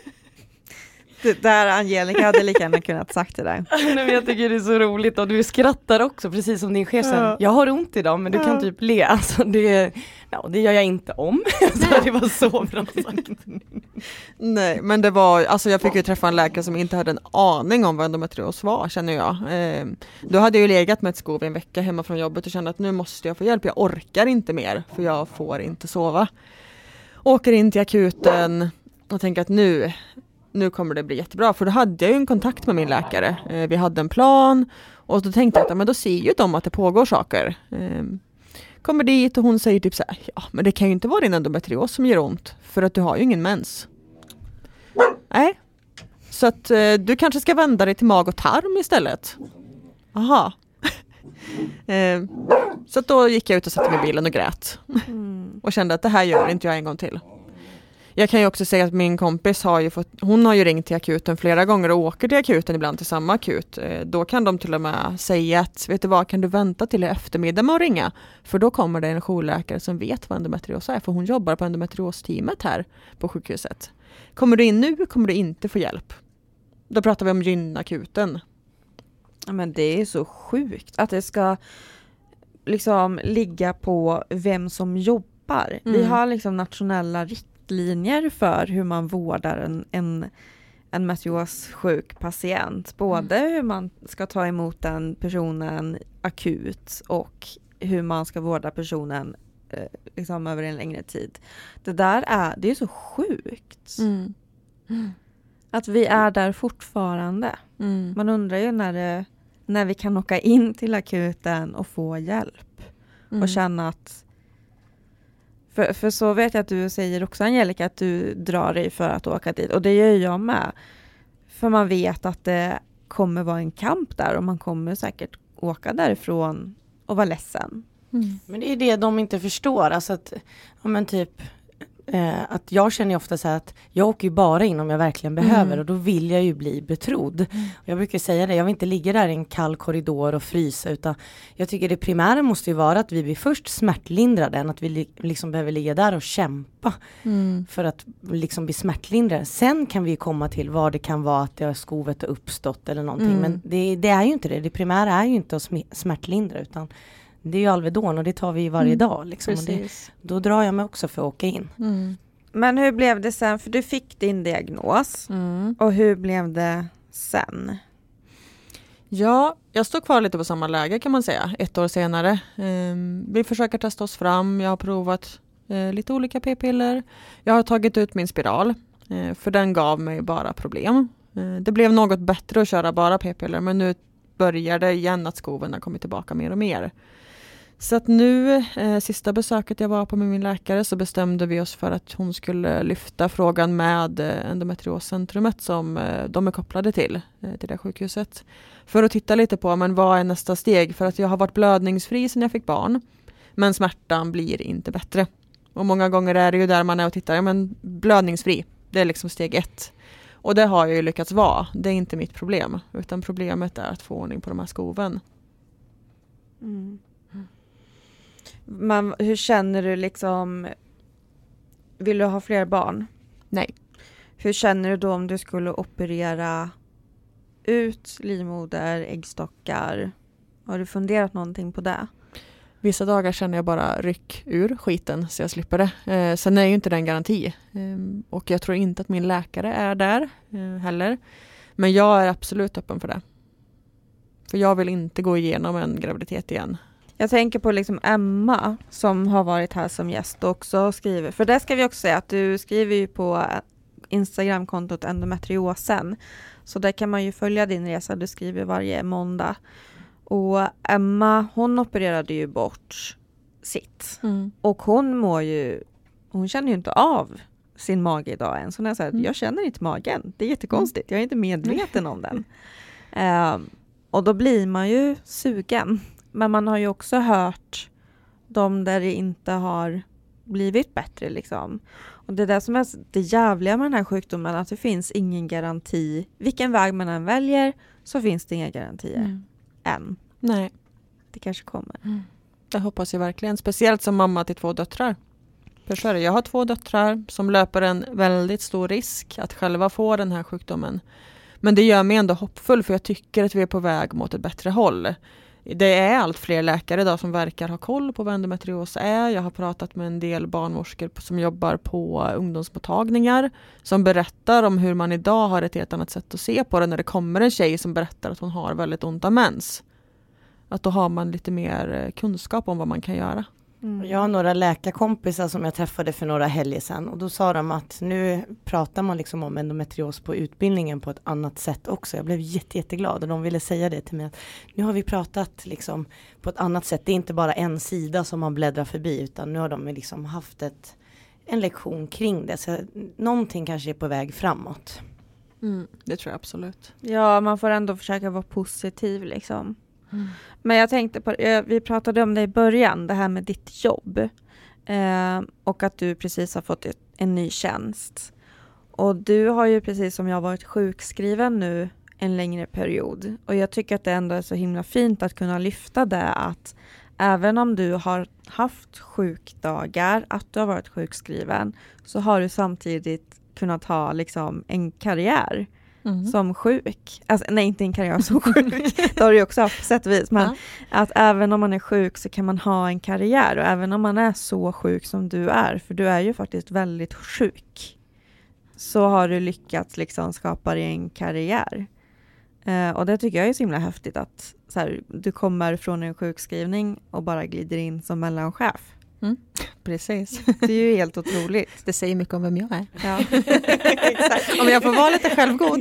Det där Angelica hade lika gärna kunnat sagt det där. Nej, men jag tycker det är så roligt och du skrattar också precis som din chef. Ja. Jag har ont idag men du kan typ le. Alltså det, ja, det gör jag inte om. Så det var så bra sagt. Nej, men det var, alltså jag fick ju träffa en läkare som inte hade en aning om vad endometrios var, känner jag. Eh, då hade jag ju legat med ett skov i en vecka hemma från jobbet och kände att nu måste jag få hjälp. Jag orkar inte mer för jag får inte sova. Åker in till akuten och tänker att nu... nu kommer det bli jättebra. För då hade jag ju en kontakt med min läkare. Eh, vi hade en plan. Och då tänkte jag att men då ser ju de att det pågår saker. Eh, kommer dit och hon säger typ så här. Ja, men det kan ju inte vara din endometrios som gör ont. För att du har ju ingen mens. Nej. Så att eh, du kanske ska vända dig till mag och tarm istället. Aha. eh, så att då gick jag ut och satte mig i bilen och grät. Mm. Och kände att det här gör inte jag en gång till. Jag kan ju också säga att min kompis har ju fått, hon har ju ringt till akuten flera gånger och åker till akuten ibland till samma akut. Då kan de till och med säga att, vet du vad, kan du vänta till i eftermiddag med att ringa? För då kommer det en jourläkare som vet vad endometrios är, för hon jobbar på endometrios-teamet här på sjukhuset. Kommer du in nu kommer du inte få hjälp. Då pratar vi om gynakuten. Ja, men det är så sjukt att det ska liksom ligga på vem som jobbar. Mm. Vi har liksom nationella riktlinjer för hur man vårdar en, en, en endometrios-sjuk patient. Både mm. hur man ska ta emot den personen akut och hur man ska vårda personen eh, liksom över en längre tid. Det där är, det är så sjukt. Mm. Mm. Att vi är där fortfarande. Mm. Man undrar ju när, det, när vi kan åka in till akuten och få hjälp. Mm. Och känna att... För, för så vet jag att du säger också, Angelica, att du drar dig för att åka dit. Och det gör jag med. För man vet att det kommer vara en kamp där. Och man kommer säkert åka därifrån och vara ledsen. Mm. Men det är det de inte förstår. Alltså att, ja men typ... Eh, att jag känner ju ofta så här att jag åker ju bara in om jag verkligen behöver mm. och då vill jag ju bli betrodd. Mm. Och jag brukar säga det, jag vill inte ligga där i en kall korridor och frysa, utan jag tycker det primära måste ju vara att vi blir först smärtlindrade än att vi li- liksom behöver ligga där och kämpa mm. för att liksom bli smärtlindrade. Sen kan vi komma till vad det kan vara, att det har skovet har uppstått eller någonting, mm. men det, det är ju inte det. Det primära är ju inte att sm- smärtlindra, utan det är ju Alvedon och det tar vi varje mm, dag. Liksom. Och det, då drar jag mig också för att åka in. Mm. Men hur blev det sen? För du fick din diagnos. Mm. Och hur blev det sen? Ja, jag står kvar lite på samma läge kan man säga. Ett år senare. Um, vi försöker testa oss fram. Jag har provat uh, lite olika p-piller. Jag har tagit ut min spiral. Uh, för den gav mig bara problem. Uh, det blev något bättre att köra bara p-piller. Men nu börjar det igen att skoven har kommit tillbaka mer och mer. Så att nu, eh, sista besöket jag var på med min läkare, så bestämde vi oss för att hon skulle lyfta frågan med eh, endometrioscentrumet som eh, de är kopplade till, eh, till det sjukhuset. För att titta lite på, men vad är nästa steg? För att jag har varit blödningsfri sedan jag fick barn, men smärtan blir inte bättre. Och många gånger är det ju där man är och tittar, ja men blödningsfri, det är liksom steg ett. Och det har jag ju lyckats vara, det är inte mitt problem, utan problemet är att få ordning på de här skoven. Mm. Men hur känner du liksom, vill du ha fler barn? Nej. Hur känner du då om du skulle operera ut livmoder, äggstockar? Har du funderat någonting på det? Vissa dagar känner jag bara ryck ur skiten så jag slipper det. Eh, sen är ju inte det en garanti. Eh, och jag tror inte att min läkare är där eh, heller. Men jag är absolut öppen för det. För jag vill inte gå igenom en graviditet igen. Jag tänker på liksom Emma som har varit här som gäst och också skriver. För det ska vi också säga att du skriver ju på Instagramkontot endometriosen. Så där kan man ju följa din resa. Du skriver varje måndag. Och Emma, hon opererade ju bort sitt. Mm. Och hon mår ju, hon känner ju inte av sin mage idag än. Så hon är så här, mm. jag känner inte magen. Det är jättekonstigt. Jag är inte medveten om den. Um, och då blir man ju sugen. Men man har ju också hört de där det inte har blivit bättre liksom. Och det är det som är det jävliga med den här sjukdomen, att det finns ingen garanti. Vilken väg man än väljer så finns det inga garantier. Mm. Än. Nej. Det kanske kommer. Mm. Det hoppas jag verkligen. Speciellt som mamma till två döttrar. För så är det. Jag har två döttrar som löper en väldigt stor risk att själva få den här sjukdomen. Men det gör mig ändå hoppfull, för jag tycker att vi är på väg mot ett bättre håll. Det är allt fler läkare idag som verkar ha koll på vad endometrios är. Jag har pratat med en del barnmorskor som jobbar på ungdomsmottagningar som berättar om hur man idag har ett helt annat sätt att se på det när det kommer en tjej som berättar att hon har väldigt ont av mens. Att då har man lite mer kunskap om vad man kan göra. Mm. Jag har några läkarkompisar som jag träffade för några helger sedan, och då sa de att nu pratar man liksom om endometrios på utbildningen på ett annat sätt också. Jag blev jätte, jätteglad och de ville säga det till mig, att nu har vi pratat liksom på ett annat sätt. Det är inte bara en sida som man bläddrar förbi, utan nu har de liksom haft ett, en lektion kring det. Så någonting kanske är på väg framåt. Mm, det tror jag absolut. Ja, man får ändå försöka vara positiv liksom. Mm. Men jag tänkte på, vi pratade om det i början, det här med ditt jobb. Eh, och att du precis har fått en ny tjänst. Och du har ju precis som jag varit sjukskriven nu en längre period. Och jag tycker att det ändå är så himla fint att kunna lyfta det, att även om du har haft sjukdagar, att du har varit sjukskriven, så har du samtidigt kunnat ha liksom en karriär. Mm. Som sjuk. Alltså, nej, inte en karriär som sjuk. Det har du ju också haft på sätt och vis. Men ja. Att även om man är sjuk så kan man ha en karriär. Och även om man är så sjuk som du är. För du är ju faktiskt väldigt sjuk. Så har du lyckats liksom skapa dig en karriär. Eh, och det tycker jag är så himla häftigt. Att så här, du kommer från en sjukskrivning och bara glider in som mellanchef. Mm. Precis. Det är ju helt otroligt. Det säger mycket om vem jag är. Ja. Exakt. Om jag får vara lite självgod.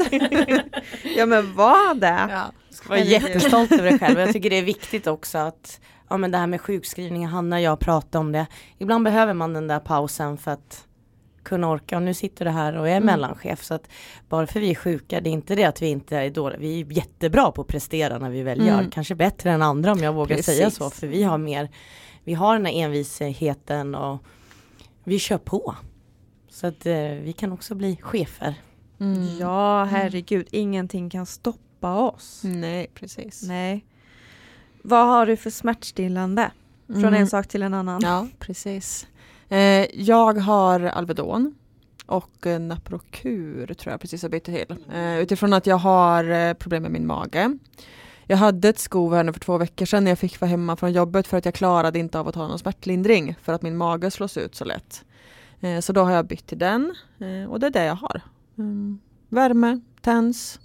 Ja, men vad det? Ja. Jag ska vara jättestolt över det själv. Jag tycker det är viktigt också att ja, men det här med sjukskrivning, Hanna och jag pratar om det. Ibland behöver man den där pausen för att kunna orka. Och nu sitter det här och är mm. mellanchef. Så att bara för vi är sjuka, det är inte det att vi inte är dåliga. Vi är jättebra på att prestera när vi väl mm. gör. Kanske bättre än andra, om jag vågar Precis. säga så. För vi har mer... Vi har den här envisheten och vi kör på. Så att eh, vi kan också bli chefer. Mm. Ja, herregud. Ingenting kan stoppa oss. Nej, precis. Nej. Vad har du för smärtstillande? Från mm. en sak till en annan. Ja, precis. Eh, jag har Alvedon och eh, Naprokur tror jag precis har bytt till. Eh, utifrån att jag har eh, problem med min mage. Jag hade ett skov här nu för två veckor sedan när jag fick vara hemma från jobbet för att jag klarade inte av att ta någon smärtlindring för att min mage slås ut så lätt. Eh, så då har jag bytt till den eh, och det är det jag har. Mm. Värme, tens.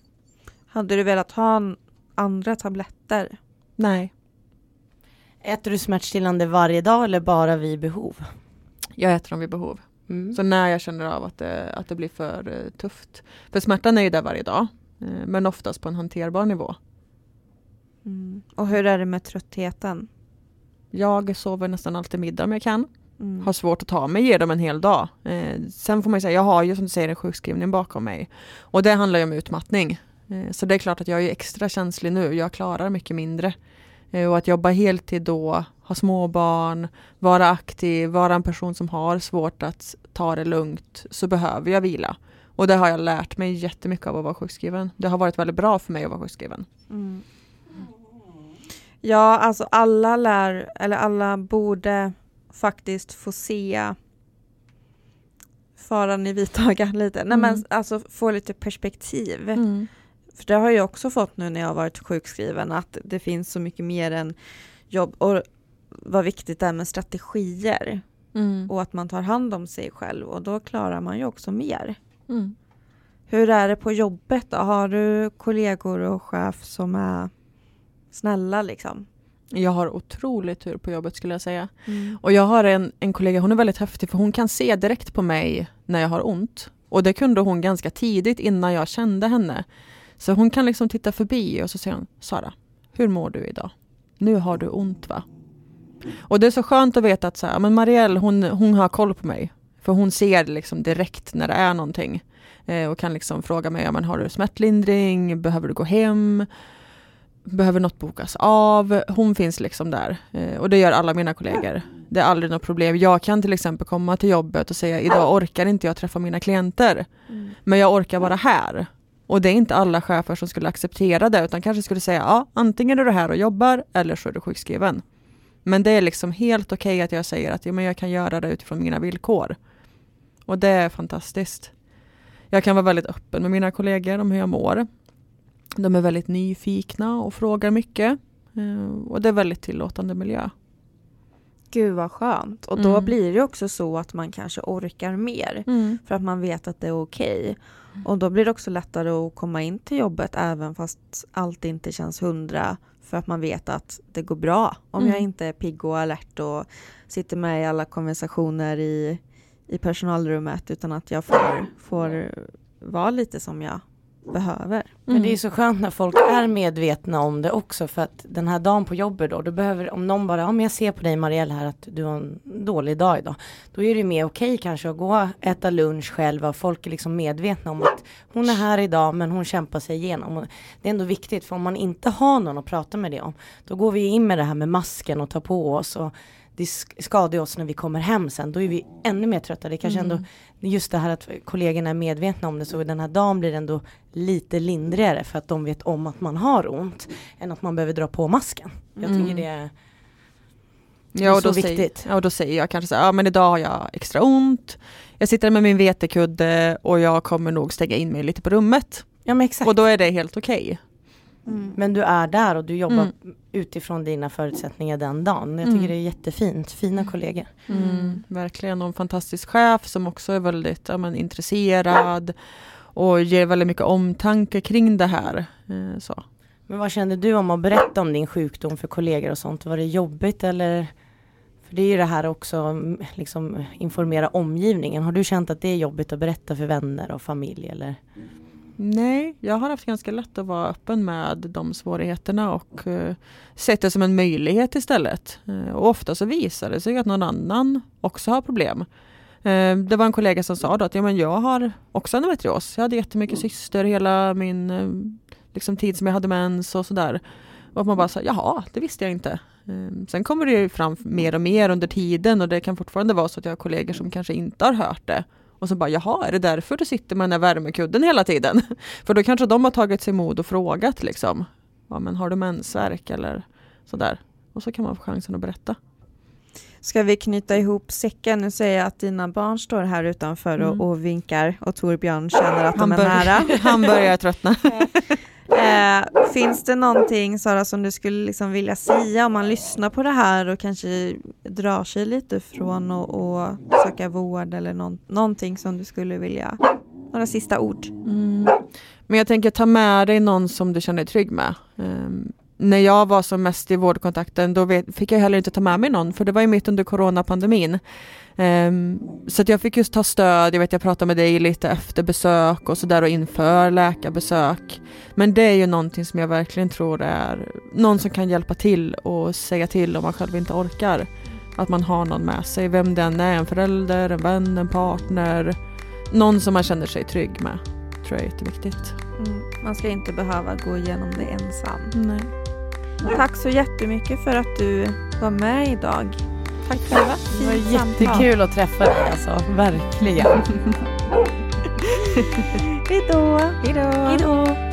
Hade du velat ha andra tabletter? Nej. Äter du smärtstillande varje dag eller bara vid behov? Jag äter dem vid behov. Mm. Så när jag känner av att det, att det blir för uh, tufft. För smärtan är ju där varje dag. Uh, men oftast på en hanterbar nivå. Mm. Och hur är det med tröttheten? Jag sover nästan alltid middag om jag kan. Mm. Har svårt att ta mig, ge dem en hel dag. Eh, sen får man ju säga, jag har ju som du säger en sjukskrivning bakom mig. Och det handlar ju om utmattning. Eh, så det är klart att jag är extra känslig nu. Jag klarar mycket mindre. Eh, och att jobba heltid då, ha småbarn, vara aktiv, vara en person som har svårt att ta det lugnt, så behöver jag vila. Och det har jag lärt mig jättemycket av att vara sjukskriven. Det har varit väldigt bra för mig att vara sjukskriven. Mm. Ja, alltså alla lär, eller alla borde faktiskt få se faran i vitögat lite. Nej, Mm. men alltså få lite perspektiv. Mm. För det har jag också fått nu när jag har varit sjukskriven, att det finns så mycket mer än jobb. Och vad viktigt det är med strategier. Mm. Och att man tar hand om sig själv. Och då klarar man ju också mer. Mm. Hur är det på jobbet då? Har du kollegor och chef som är snälla liksom? Jag har otroligt tur på jobbet skulle jag säga. Mm. Och jag har en, en kollega, hon är väldigt häftig för hon kan se direkt på mig när jag har ont. Och det kunde hon ganska tidigt innan jag kände henne. Så hon kan liksom titta förbi och så säger hon, Sara, hur mår du idag? Nu har du ont va? Och det är så skönt att veta att så här, men Marielle hon, hon har koll på mig. För hon ser liksom direkt när det är någonting. Eh, och kan liksom fråga mig, ja, men har du smärtlindring? Behöver du gå hem? Behöver något bokas av? Hon finns liksom där. Eh, och det gör alla mina kollegor. Det är aldrig något problem. Jag kan till exempel komma till jobbet och säga, idag orkar inte jag träffa mina klienter. Mm. Men jag orkar vara här. Och det är inte alla chefer som skulle acceptera det. Utan kanske skulle säga, ja, antingen är du här och jobbar eller så är du sjukskriven. Men det är liksom helt okej okay att jag säger att ja, men jag kan göra det utifrån mina villkor. Och det är fantastiskt. Jag kan vara väldigt öppen med mina kollegor om hur jag mår. De är väldigt nyfikna och frågar mycket. Och det är väldigt tillåtande miljö. Gud vad skönt. Och då Mm. blir det också så att man kanske orkar mer. Mm. För att man vet att det är okej. Och då blir det också lättare att komma in till jobbet även fast allt inte känns hundra. För att man vet att det går bra. Om Mm. jag inte är pigg och alert och sitter med i alla konversationer i, i personalrummet. Utan att jag får, får vara lite som jag behöver. Men det är så skönt när folk är medvetna om det också, för att den här dagen på jobbet då, du behöver, om någon bara, om jag ser på dig Marielle här att du har en dålig dag idag, då är det mer okej kanske att gå och äta lunch själv, och folk är liksom medvetna om att hon är här idag men hon kämpar sig igenom. Och det är ändå viktigt, för om man inte har någon att prata med det om, då går vi in med det här med masken och tar på oss, och det skadar oss när vi kommer hem sen. Då är vi ännu mer trötta. Det är kanske mm. ändå just det här att kollegorna är medvetna om det, så den här dagen blir ändå lite lindrigare för att de vet om att man har ont än att man behöver dra på masken. Jag tycker mm. det är, det är ja, och så då viktigt. Säger, ja, och då säger jag kanske så här, ja men idag har jag extra ont. Jag sitter med min vetekudde och jag kommer nog stänga in mig lite på rummet. Ja, men exakt. Och då är det helt okej. Okay. Mm. Men du är där och du jobbar mm. utifrån dina förutsättningar den dagen. Jag tycker mm. det är jättefint. Fina kollegor. Mm. Verkligen. Och en fantastisk chef som också är väldigt ja, men, intresserad och ger väldigt mycket omtanke kring det här. Eh, så. Men vad kände du om att berätta om din sjukdom för kollegor och sånt? Var det jobbigt eller? För det är ju det här också, liksom informera omgivningen. Har du känt att det är jobbigt att berätta för vänner och familj eller? Nej, jag har haft ganska lätt att vara öppen med de svårigheterna och uh, sett det som en möjlighet istället. Uh, och ofta så visar det sig att någon annan också har problem. Uh, det var en kollega som sa då att ja, men jag har också endometrios. Jag hade jättemycket syster hela min uh, liksom, tid som jag hade mens och sådär. Och man bara sa, jaha, det visste jag inte. Uh, sen kommer det ju fram mer och mer under tiden och det kan fortfarande vara så att jag har kollegor som kanske inte har hört det. Och så bara, jaha, är det därför du sitter med den här värmekudden hela tiden? För då kanske de har tagit sig mod och frågat liksom. Ja, men har du mensvärk eller sådär? Och så kan man få chansen att berätta. Ska vi knyta ihop säcken? Nu säger jag att dina barn står här utanför mm. och, och vinkar. Och Torbjörn känner att han de är bör- nära. Han börjar tröttna. eh, finns det någonting, Sara, som du skulle liksom vilja säga om man lyssnar på det här och kanske drar sig lite från att och söka vård eller någon, någonting som du skulle vilja, några sista ord? Mm. Men jag tänker ta med dig någon som du känner dig trygg med. Um, när jag var som mest i vårdkontakten, då vet, fick jag heller inte ta med mig någon, för det var ju mitt under coronapandemin. Um, så att jag fick just ta stöd. Jag vet jag pratade med dig lite efter besök och sådär och inför läkarbesök. Men det är ju någonting som jag verkligen tror är någon som kan hjälpa till och säga till om man själv inte orkar. Att man har någon med sig, vem den är, en förälder, en vän, en partner. Någon som man känner sig trygg med, tror jag är jätteviktigt. Mm, man ska inte behöva gå igenom det ensam. Nej. Tack så jättemycket för att du var med idag. Tack själva. Det var jättekul att träffa dig, alltså. Verkligen. Hejdå. Hejdå. Hejdå.